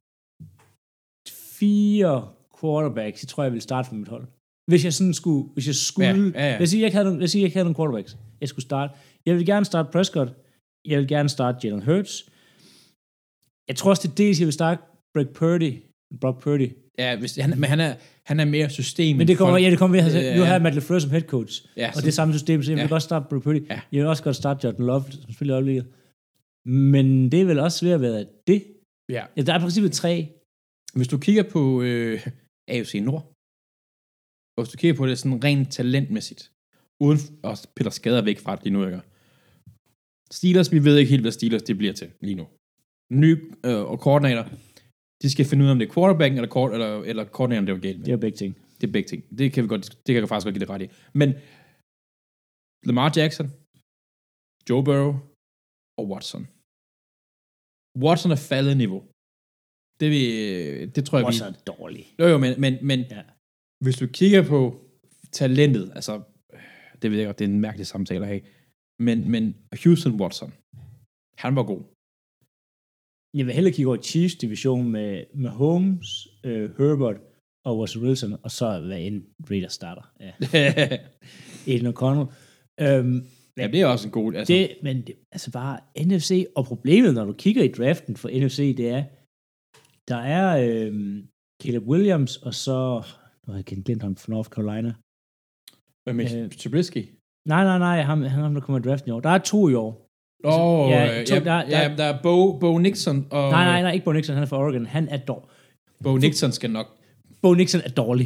4 quarterbacks, jeg tror, jeg vil starte for mit hold. Hvis jeg skulle... Ja. Lad os sige, jeg ikke havde nogen quarterbacks. Jeg skulle starte. Jeg vil gerne starte Prescott. Jeg vil gerne starte Jalen Hurts. Jeg tror også, det er dels, jeg vil starte Brock Purdy. Ja, men han er mere system. Men det kommer ved at nu har Matt LaFleur som head coach, og det samme system, så jeg vil godt starte Brock Purdy. Ja. Jeg vil også godt starte Jordan Love, som spiller i øjeblikket. Men det er vel også ved at være det. Ja. Der er i princippet 3. Hvis du kigger på AFC Nord, og hvis du kigger på det sådan rent talentmæssigt, uden at pille skader væk fra det lige nu, ikke? Steelers, vi ved ikke helt, hvad Steelers det bliver til lige nu. Ny og koordinator, de skal finde ud af, om det er quarterbacken eller koordinatoren, det er galt med. Det er begge ting. Det er begge ting. Det kan jeg faktisk godt give det ret i. Men Lamar Jackson, Joe Burrow og Watson. Watson er faldet niveau. Det tror jeg, Watson er dårlig. Jo, men ja. Hvis du kigger på talentet, altså, det ved jeg godt, det er en mærkelig samtale at have, men Houston Watson, han var god. Jeg vil hellere kigge over Chiefs division med Holmes, Herbert og Russell Wilson, og så hvad en Raiders starter. Ja. Aiden O'Connell. Ja, det er også en god... Altså. Men altså bare NFC, og problemet, når du kigger i draften for NFC, det er, der er Caleb Williams, og så... Nu har jeg glemt ham fra North Carolina. Hvad med Trubisky? Nej, han der kommer i draften i år. Der er 2 i år. Der er Bo Nixon og... Nej, ikke Bo Nixon, han er fra Oregon. Han er dårlig. Bo Nixon skal nok... Bo Nixon er dårlig.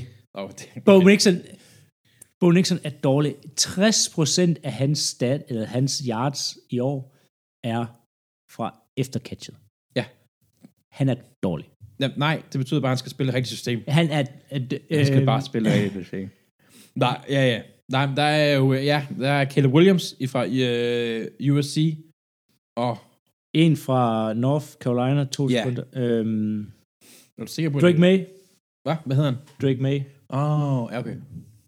Bo Nixon er dårlig. 60% af hans yards i år er fra eftercatchet. Ja. Han er dårlig. Ja, nej, det betyder bare, at han skal spille et rigtigt system. Han skal bare spille et rigtigt system. Nej, ja. Nej, der er jo, der er Caleb Williams fra USC, og en fra North Carolina, 2 sekunder. Er du sikker på Drake May. Hvad hedder han? Drake May. Ja, okay.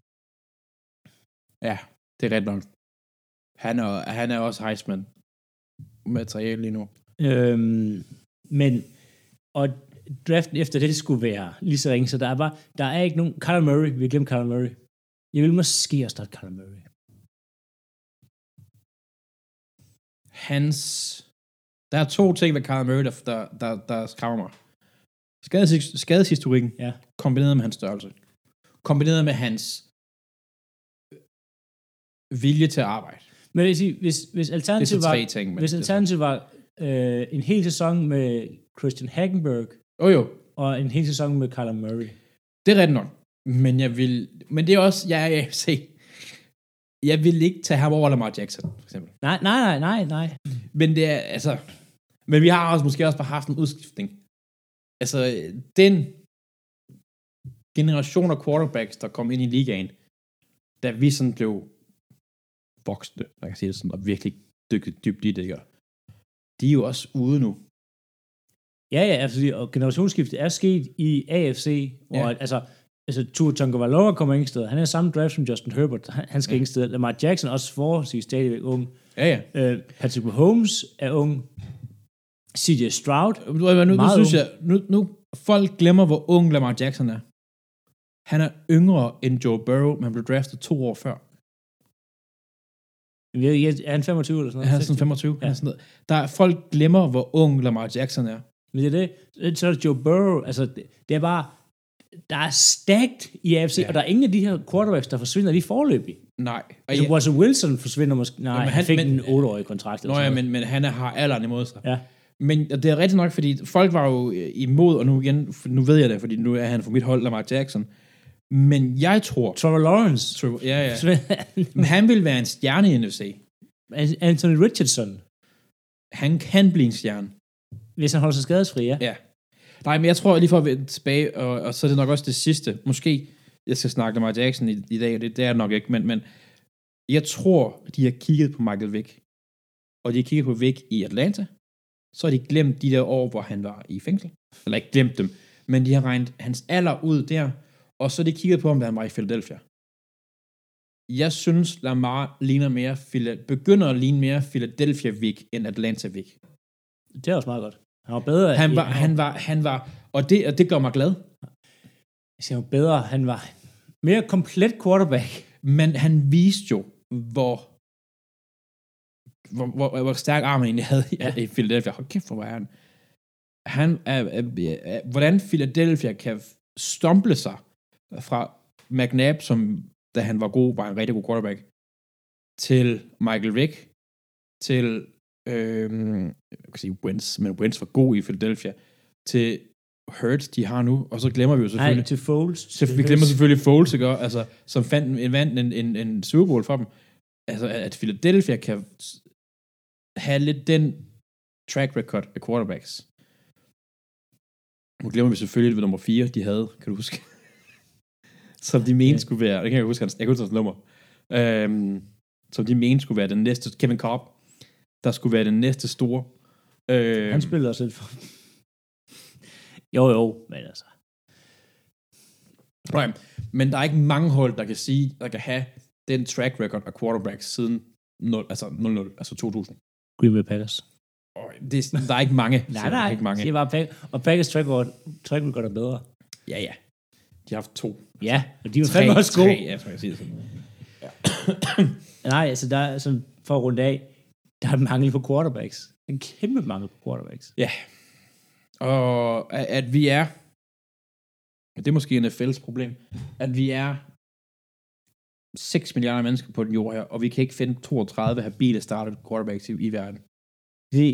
Ja, det er ret nok. Han er også Heisman materiale lige nu. Men, og draften efter det skulle være lige så ringe, så der er ikke nogen... Kyler Murray, vi glemte Kyler Murray. Jeg vil måske også starte Kyler Murray. Der er 2 ting ved Kyler Murray, der skræmmer mig. Skadeshistorikken, kombineret med hans størrelse. Kombineret med hans vilje til at arbejde. Men hvis alternativet var en hel sæson med Christian Hackenberg, og en hel sæson med Kyler Murray. Det er ret nok. Men det er også, jeg vil ikke tage ham over Lamar Jackson, for eksempel. Nej. Men det er, altså, men vi har også måske også bare haft en udskiftning. Altså, den generation af quarterbacks, der kom ind i ligaen, da vi sådan blev voksne, man kan sige det sådan, og virkelig dykket dybt i det, ikke? De er jo også ude nu. Ja, og generationsskiftet er sket i AFC, hvor altså Tua Tagovailoa kommer ingen steder. Han er samme draft som Justin Herbert. Han skal ingen steder. Lamar Jackson også forholdsvis stadigvæk ung. Patrick Mahomes er ung. CJ Stroud. Nu synes jeg, nu folk glemmer, hvor ung Lamar Jackson er. Han er yngre end Joe Burrow, men han blev draftet 2 år før. Er han 25 eller sådan noget? Han er sådan 25. Ja. Sådan noget. Folk glemmer, hvor ung Lamar Jackson er. Men det er det. Så er det Joe Burrow. Altså, det er bare... Der er stacked i AFC, og der er ingen af de her quarterbacks, der forsvinder lige forløbig. Nej. Altså, Russell Wilson forsvinder måske... Nej, han fik en 8-årig kontrakt. Men han har alderen imod sig. Ja. Men det er rigtig nok, fordi folk var jo imod, og nu ved jeg det, fordi nu er han for mit hold, Lamar Jackson. Men jeg tror... Trevor Lawrence. Ja. Men han vil være en stjerne i NFC. Anthony Richardson. Han kan blive en stjerne. Hvis han holder sig skadesfri, ja. Nej, men jeg tror lige for at vende tilbage, og så er det nok også det sidste. Måske, jeg skal snakke Lamar Jackson i dag, det er det nok ikke, men jeg tror, de har kigget på Michael Vick, og de har kigget på Vick i Atlanta, så har de glemt de der år, hvor han var i fængsel. Eller ikke glemt dem, men de har regnet hans alder ud der, og så har de kigget på, om han var i Philadelphia. Jeg synes, Lamar begynder at ligne mere Philadelphia Vick end Atlanta Vick. Det er også meget godt. Han var bedre. Han var, og det gør mig glad. Jeg siger bedre. Han var mere komplet quarterback. Men han viste jo, hvor stærk arm han egentlig havde i Philadelphia. Hold kæft, hvor var han. Hvordan Philadelphia kan stumble sig fra McNabb, som da han var god, var en rigtig god quarterback, til Michael Vick, til jeg kan sige Wentz, men Wentz var god i Philadelphia, til Hurts, de har nu, og så glemmer vi jo selvfølgelig... Nej, til Foles. Vi glemmer selvfølgelig Foles, ikke? Altså, som vandt en Super Bowl for dem. Altså, at Philadelphia kan have lidt den track record af quarterbacks. Nu glemmer vi selvfølgelig ved nummer 4, de havde, kan du huske? Som de mente skulle være, det kan jeg huske, jeg kan huske hans nummer. Som de mente skulle være den næste, Kevin Cobb, der skulle være den næste store. Han spillede også lidt for... Jo, men altså... Nej, men der er ikke mange hold, der kan sige, der kan have den track record af quarterbacks siden 00, altså 2000. Green Bay Packers. Der er ikke mange. Nej, der er ikke mange. Det var og Packers track record er bedre. Ja. De har haft 2. Ja, og de var fandme også gode. 3, ja, for jeg siger det sådan. Ja. Nej, altså der er sådan, for at runde af, der er en mangel på quarterbacks. En kæmpe mangel på quarterbacks. Ja. Og at vi er, det er måske NFL's problem, at vi er 6 milliarder mennesker på den jord her, og vi kan ikke finde 32 habile startet quarterbacks i verden. Det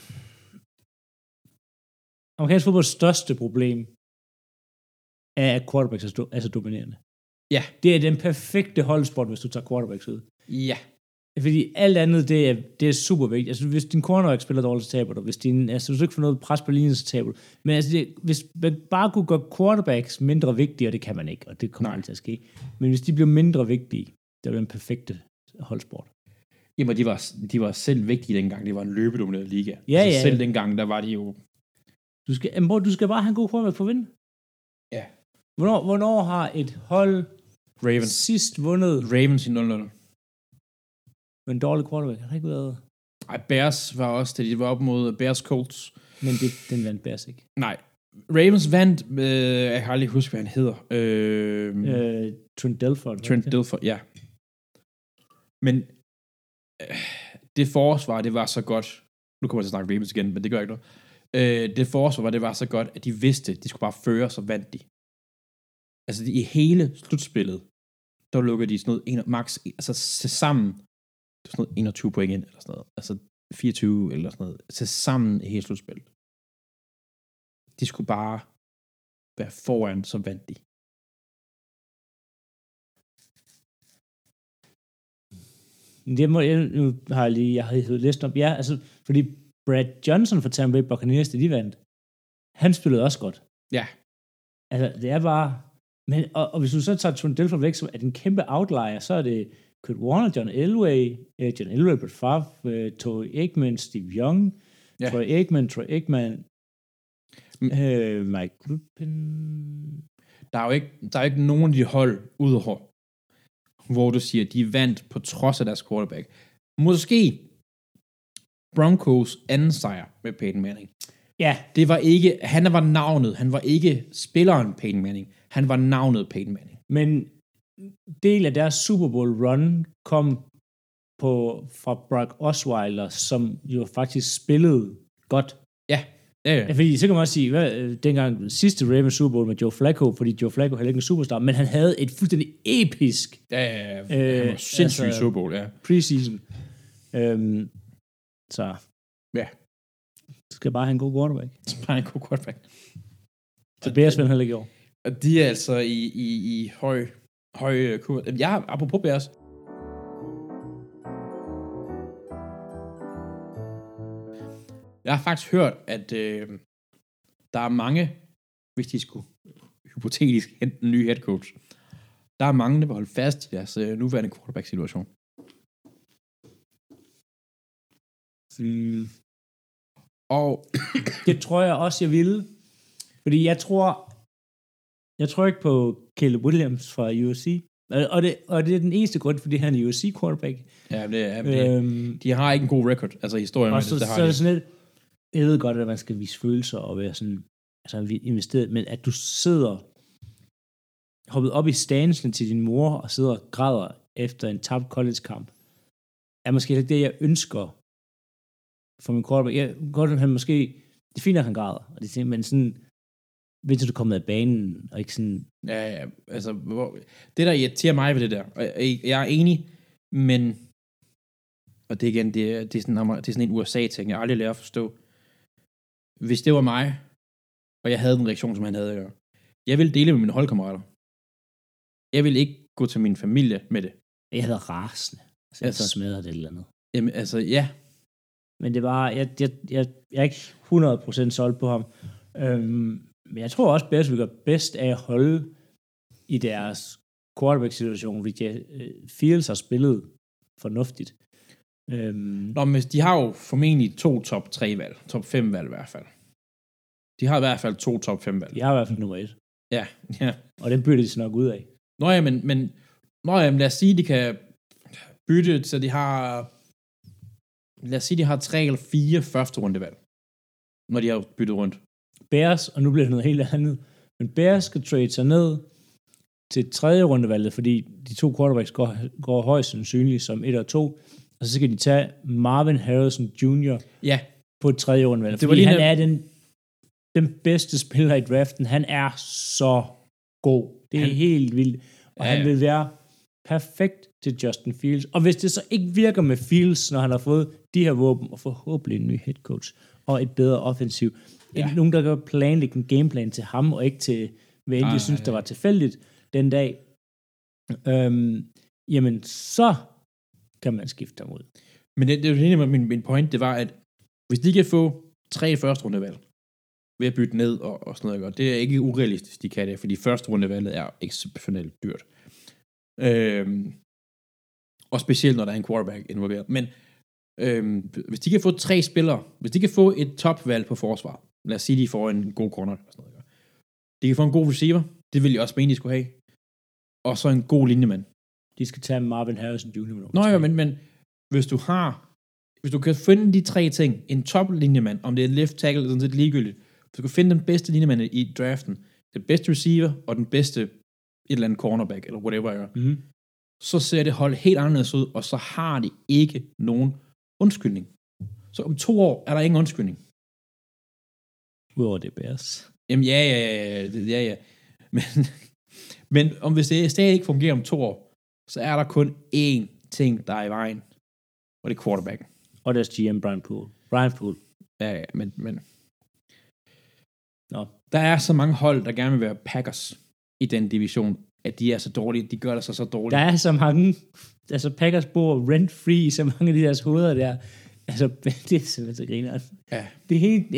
amerikansk fodbolds største problem er, at quarterbacks er så dominerende. Ja. Det er den perfekte holdsport, hvis du tager quarterbacks ud. Ja. Fordi alt andet, det er super vigtigt. Altså, hvis din cornerback spiller dårligt, så taber du. Hvis du ikke får noget pres på linjen, så taber du. Men altså, hvis man bare kunne gøre quarterbacks mindre vigtige, og det kan man ikke, og det kommer aldrig til at ske. Men hvis de bliver mindre vigtige, det er den perfekte holdsport. Jamen, de var selv vigtige dengang. Det var en løbedomineret liga. Ja, altså, selv dengang, der var de jo... Du skal bare have en god quarterback for at vinde. Ja. Hvornår har et hold Ravens sidst vundet? Ravens i 0-0. Men en dårlig quarterback har ikke været... Ej, Bears var også, da de var op mod Bears Colts. Men den vandt Bears ikke. Nej. Ravens vandt, jeg kan aldrig huske, hvad han hedder. Trent Dilfer. Trent Dilfer, ja. Men det forsvar, det var så godt. Nu kommer jeg til at snakke Ravens igen, men det gør ikke noget. Det forsvar, det var så godt, at de vidste, de skulle bare føre, så vandt de. Altså i hele slutspillet, der lukkede de sådan noget, max, altså til sammen, det var sådan noget 21 point ind, eller sådan noget. Altså 24 eller sådan noget. Til sammen i hele slutspillet. De skulle bare være foran, så vandt de. Nu har jeg har læst op, ja, altså, fordi Brad Johnson fra Tampa Bay Buccaneers, de vandt. Han spillede også godt. Ja. Altså, det er bare... Men, og hvis du så tager Trent Dilfer væk, som er den kæmpe outlier, så er det Kurt Warner, John Elway, Brett Favre, Troy Aikman, Steve Young, ja. Troy Aikman, Mike Ruppin. Der er jo ikke nogen af de hold udover, hvor du siger, de vandt på trods af deres quarterback. Måske Broncos anden sejr med Peyton Manning. Ja. Det var ikke, han var navnet, han var ikke spilleren Peyton Manning, han var navnet Peyton Manning. Men del af deres Super Bowl run kom fra Brock Osweiler, som jo faktisk spillede godt. Ja. Fordi så kan man også sige, dengang sidste Ravens Super Bowl med Joe Flacco, fordi Joe Flacco havde ikke en superstar, men han havde et fuldstændig episk han var sindssygt Super Bowl, ja. Preseason. Så ja. Du skal bare have en god quarterback. Bare en god quarterback. Så Bears vil heller ikke i år. Og de er altså i høj kurs. Ja, apropos Bears. Jeg har faktisk hørt, at der er mange, hvis de skulle hypotetisk hente en ny head coach, der er mange, der vil holde fast i deres nuværende quarterback-situation. Og det tror jeg også, jeg ville. Fordi jeg tror ikke på Caleb Williams fra USC. Og det er den eneste grund, fordi han er USC quarterback. Ja, de har ikke en god record, altså historien med det har så sådan lidt, jeg ved godt, at man skal vise følelser og være sådan, altså investeret, men at du sidder hoppet op i standsen til din mor og sidder og græder efter en tabt college-kamp, er måske ikke det, jeg ønsker for min quarterback. Jeg godt, han måske, det er fint, at han græder, og det, men sådan, hvis du kommer af banen, og ikke sådan... Ja, altså, det der irriterer mig ved det der, og jeg er enig, men, og det igen, det er sådan en USA-ting, jeg aldrig lærer at forstå. Hvis det var mig, og jeg havde den reaktion, som han havde, jeg ville dele med mine holdkammerater. Jeg ville ikke gå til min familie med det. Jeg havde rasende. Altså smadret det eller andet. Jamen, altså, ja. Men det var, jeg er ikke 100% solgt på ham. Men jeg tror også, Bears vil gøre bedst af at holde i deres quarterback-situation, fordi Fields har spillet fornuftigt. Nå, men de har jo formentlig 2 top 3 valg, top 5 valg i hvert fald. De har i hvert fald 2 top 5 valg. De har i hvert fald nummer 1. Ja. Og den bytter de så nok ud af. Nå ja, men lad os sige, de kan bytte, så de har, lad os sige, de har 3 eller 4 første rundevalg, når de har byttet rundt. Bears, og nu bliver det noget helt andet, men Bears skal trade sig ned til 3. rundevalget, fordi de 2 quarterbacks går højst sandsynligt som 1 og 2, og så skal de tage Marvin Harrison Jr. På et 3. rundevalg, fordi han er den bedste spiller i draften. Han er så god. Det er helt vildt. Og han vil være perfekt til Justin Fields. Og hvis det så ikke virker med Fields, når han har fået de her våben, og forhåbentlig en ny head coach, og et bedre offensiv, nogen, der kan planlægge en gameplan til ham, og ikke til, hvad end de synes, der var tilfældigt den dag, jamen så kan man skifte ham ud. Men det er jo egentlig min point, det var, at hvis de kan få 3 første rundevalg, ved at bytte ned og sådan noget, det er ikke urealistisk, de kan det, fordi første rundevalget er exceptionelt dyrt. Og specielt, når der er en quarterback involveret. Men hvis de kan få 3 spillere, hvis de kan få et topvalg på forsvar, lad os sige, de får en god corner, og sådan noget, de kan få en god receiver, det vil jeg også mene, de skulle have, og så en god linjemand. De skal tage Marvin Harrison Jr. Nå ja, men hvis du kan finde de 3 ting, en top linjemand, om det er left tackle, sådan set ligegyldigt, hvis du kan finde den bedste linjemand i draften, den bedste receiver, og den bedste et eller andet cornerback, eller whatever, så ser det hold helt anderledes ud, og så har de ikke nogen undskyldning. Så om 2 år er der ingen undskyldning. Udover det Bears. Jamen ja. Men om hvis det stadig ikke fungerer om 2 år, så er der kun én ting, der er i vejen, og det er quarterbacken. Og deres GM, Brian Poole. Ja, men der er så mange hold, der gerne vil være Packers i den division, at de er så dårlige, de gør det så dårligt. Der er så mange, altså Packers bor rent-free i så mange af de deres hoveder der. Altså, det er simpelthen så griner. Ja. Det er helt...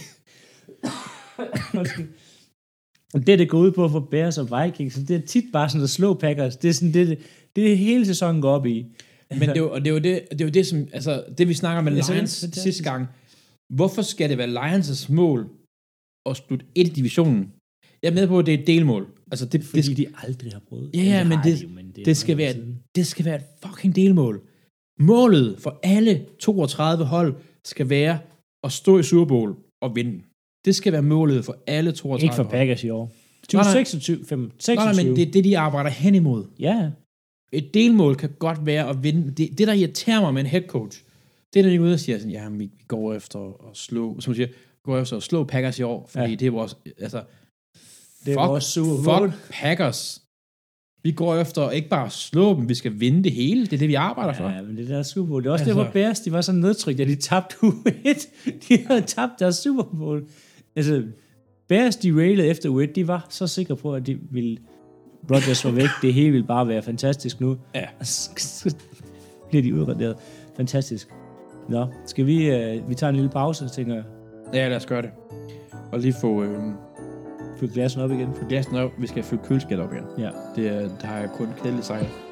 det går ud på for Bears og Vikings, det er tit bare sådan at slå Packers. Det er sådan det hele sæsonen går op i. Men det er jo det, som, altså, det vi snakker med Lions sidste gang. Hvorfor skal det være Lions' mål at slutte 1 i divisionen? Jeg er med på, at det er et delmål. Altså, fordi de aldrig har prøvet. Ja, men det skal være et fucking delmål. Målet for alle 32 hold skal være at stå i Super Bowl og vinde. Det skal være målet for alle 32 ikke for Packers i år. 26. Nej, men det er det, de arbejder hen imod. Ja. Et delmål kan godt være at vinde. Det der irriterer mig med en head coach, det er, når de går ud og siger sådan, ja, vi går efter at slå, som siger, går efter at slå Packers i år, fordi det er vores, altså, det er vores Super Bowl. Fuck Packers. Vi går efter ikke bare at slå dem, vi skal vinde det hele. Det er det, vi arbejder for. Ja, men det der Super Bowl, det er også det, hvor Bears, de var så nedtrykt, at de tabte U1. De havde tabt deres Super Bowl. Altså, Bears, de railede efter U1, de var så sikre på, at de ville, Rodgers var væk, det hele ville bare være fantastisk nu. Ja. Så bliver de udraderet. Fantastisk. Nå, skal vi tager en lille pause, tænker jeg. Ja, lad os gøre det. Og lige få... Fylde glassen op igen. Vi skal fylde køleskabet op igen. Ja. Der har jeg kun kedeligt sejl.